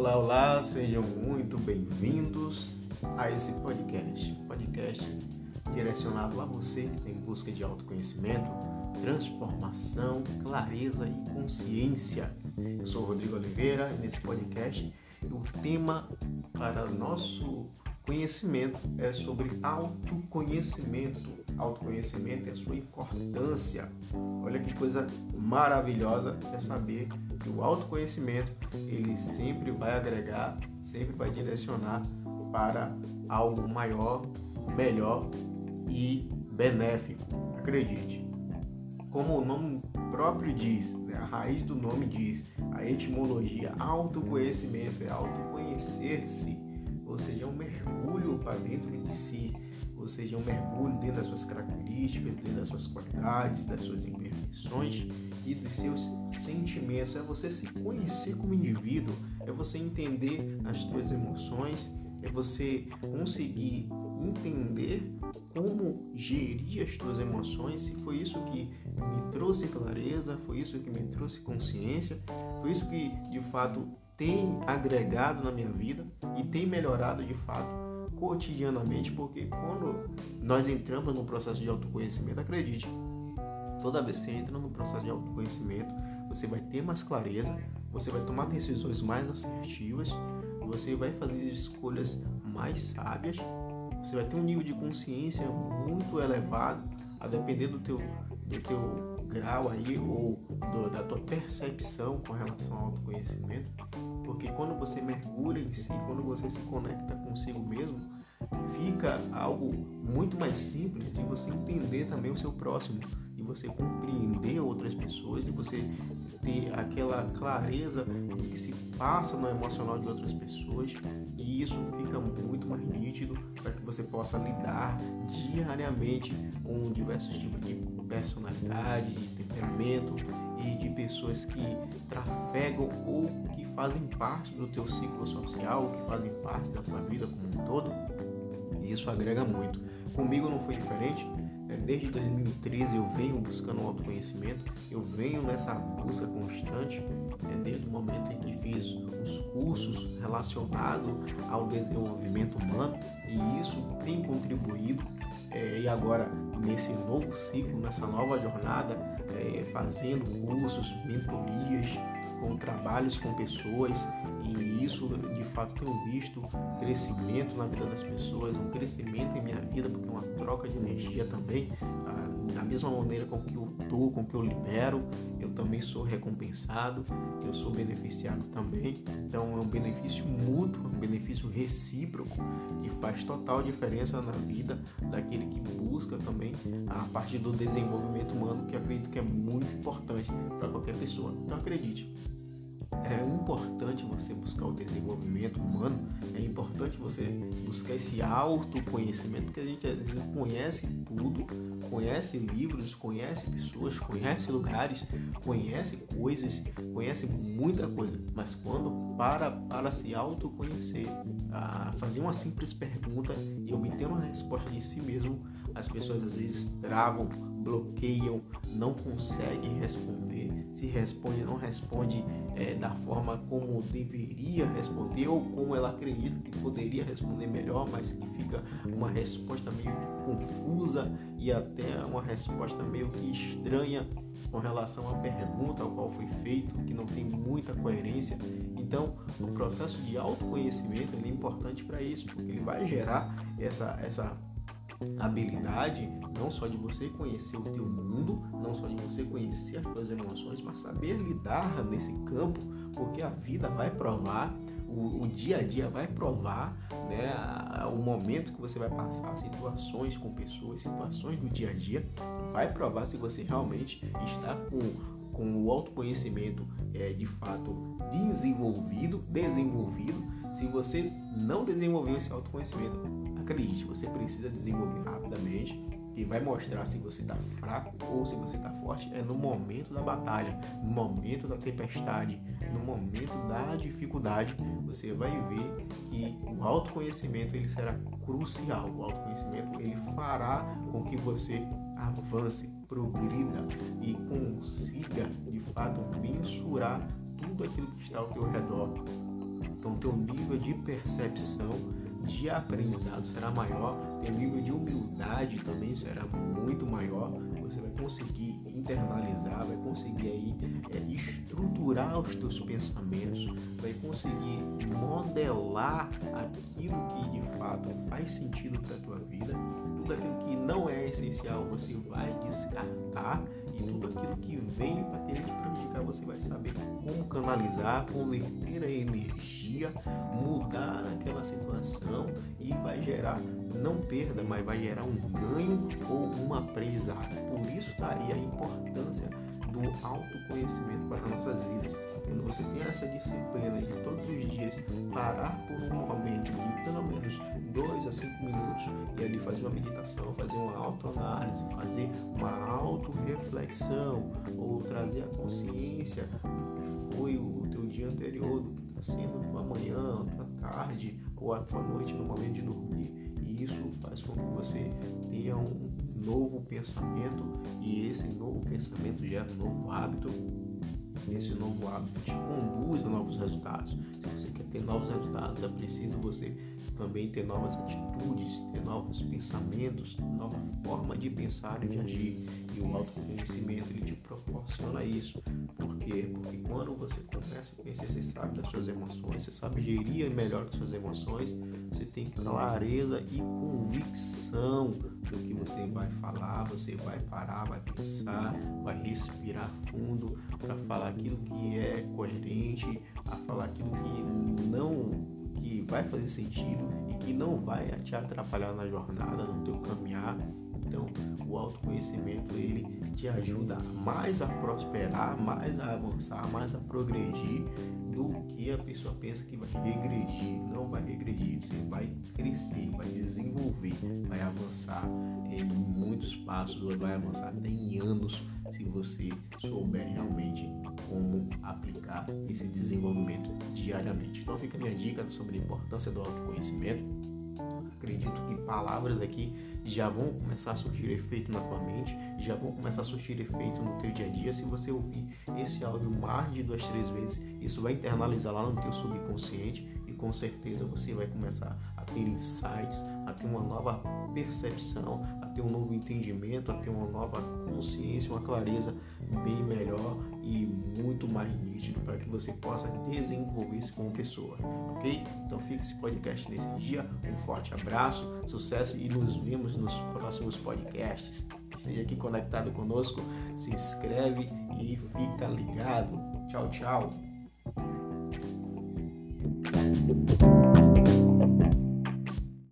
Olá, sejam muito bem-vindos a esse podcast direcionado a você que está em busca de autoconhecimento, transformação, clareza e consciência. Eu sou o Rodrigo Oliveira e nesse podcast o tema para nosso conhecimento é sobre autoconhecimento. Autoconhecimento e a sua importância. Olha que coisa maravilhosa é saber que o autoconhecimento ele sempre vai agregar, sempre vai direcionar para algo maior, melhor e benéfico. Acredite. Como o nome próprio diz, né? A raiz do nome diz, a etimologia, autoconhecimento é autoconhecer-se, ou seja, é um mergulho para dentro de si. Ou seja, um mergulho dentro das suas características, dentro das suas qualidades, das suas imperfeições e dos seus sentimentos. É você se conhecer como indivíduo, é você entender as suas emoções, é você conseguir entender como gerir as suas emoções, se foi isso que me trouxe clareza, foi isso que me trouxe consciência, foi isso que de fato tem agregado na minha vida e tem melhorado de fato cotidianamente, porque quando nós entramos no processo de autoconhecimento, acredite, toda vez que você entra no processo de autoconhecimento, você vai ter mais clareza, você vai tomar decisões mais assertivas, você vai fazer escolhas mais sábias, você vai ter um nível de consciência muito elevado, a depender do teu grau aí ou da tua percepção com relação ao autoconhecimento, porque quando você mergulha em si, quando você se conecta consigo mesmo, fica algo muito mais simples de você entender também o seu próximo, de você compreender outras pessoas, de você ter aquela clareza do que se passa no emocional de outras pessoas, e isso fica muito mais nítido para que você possa lidar diariamente com diversos tipos de personalidade, de temperamento e de pessoas que trafegam ou que fazem parte do teu ciclo social, que fazem parte da tua vida como um todo. E isso agrega muito. Comigo não foi diferente. Desde 2013 eu venho buscando o autoconhecimento, eu venho nessa busca constante, desde o momento em que fiz os cursos relacionados ao desenvolvimento humano, e isso tem contribuído. E agora, nesse novo ciclo, nessa nova jornada, fazendo cursos, mentorias, com trabalhos com pessoas, e isso de fato tenho visto crescimento na vida das pessoas, um crescimento em minha vida, porque é uma troca de energia também. Da mesma maneira com que eu dou, com que eu libero, eu também sou recompensado, eu sou beneficiado também. Então é um benefício mútuo, um benefício recíproco que faz total diferença na vida daquele que busca também a partir do desenvolvimento humano, que eu acredito que é muito importante para qualquer pessoa. Então acredite, é importante você buscar o desenvolvimento humano, é importante você buscar esse autoconhecimento, porque a gente às vezes conhece tudo, conhece livros, conhece pessoas, conhece lugares, conhece coisas, conhece muita coisa, mas quando para se autoconhecer, fazer uma simples pergunta e obter uma resposta de si mesmo, as pessoas às vezes travam, bloqueiam, não conseguem responder, se responde, não responde da forma como deveria responder ou como ela acredita que poderia responder melhor, mas que fica uma resposta meio confusa e até uma resposta meio que estranha com relação à pergunta ao qual foi feito, que não tem muita coerência. Então, o processo de autoconhecimento ele é importante para isso, porque ele vai gerar essa habilidade não só de você conhecer o teu mundo, não só de você conhecer as tuas emoções, mas saber lidar nesse campo, porque a vida vai provar, o dia a dia vai provar, né, o momento que você vai passar, situações com pessoas, situações do dia a dia, vai provar se você realmente está com o autoconhecimento de fato desenvolvido. Se você não desenvolveu esse autoconhecimento, acredite, você precisa desenvolver rapidamente, que vai mostrar se você está fraco ou se você está forte no momento da batalha, no momento da tempestade, no momento da dificuldade. Você vai ver que o autoconhecimento ele será crucial. O autoconhecimento ele fará com que você avance, progrida e consiga de fato mensurar tudo aquilo que está ao teu redor. Então, teu nível de percepção, de aprendizado será maior, teu nível de humildade também será muito maior. Você vai conseguir internalizar, vai conseguir aí estruturar os teus pensamentos, vai conseguir modelar aquilo que de fato faz sentido para a tua vida. Tudo aquilo que não é essencial você vai descartar, e tudo aquilo que veio para querer te prejudicar você vai saber como canalizar, converter a energia, mudar aquela situação, e vai gerar não perda, mas vai gerar um ganho ou um aprendizado. Por isso está aí a importância do autoconhecimento para nossas vidas. Quando você tem essa disciplina de todos os dias parar por um momento de pelo menos 2 a 5 minutos e ali fazer uma meditação, fazer uma autoanálise, fazer uma autorreflexão, ou trazer a consciência do que foi o teu dia anterior, do que está sendo a tua manhã, a tua tarde ou a tua noite no momento de dormir. E isso faz com que você tenha um novo pensamento, e esse novo pensamento gera um novo hábito. Esse novo hábito te conduz a novos resultados. Se você quer ter novos resultados, é preciso você também ter novas atitudes, ter novos pensamentos, nova forma de pensar e de agir. E o autoconhecimento, ele te proporciona isso. Por quê? Porque quando você começa a conhecer, você sabe das suas emoções, você sabe gerir melhor as suas emoções, você tem clareza e convicção do que você vai falar, você vai parar, vai pensar, vai respirar fundo para falar aquilo que é coerente, a falar aquilo que vai fazer sentido e que não vai te atrapalhar na jornada, no teu caminhar. Então, o autoconhecimento, ele te ajuda mais a prosperar, mais a avançar, mais a progredir do que a pessoa pensa que vai regredir. Não vai regredir, você vai crescer, vai desenvolver, vai avançar em muitos passos, vai avançar até em anos, se você souber realmente como aplicar esse desenvolvimento diariamente. Então fica a minha dica sobre a importância do autoconhecimento. Acredito que palavras aqui já vão começar a surtir efeito na tua mente, já vão começar a surtir efeito no teu dia a dia. Se você ouvir esse áudio mais de 2, 3 vezes, isso vai internalizar lá no teu subconsciente, e com certeza você vai começar a ter insights, a ter uma nova percepção, a ter um novo entendimento, a ter uma nova consciência, uma clareza bem melhor e muito mais nítido, para que você possa desenvolver-se como pessoa, ok? Então fica esse podcast nesse dia, um forte abraço, sucesso, e nos vemos nos próximos podcasts. Esteja aqui conectado conosco, se inscreve e fica ligado. Tchau, tchau.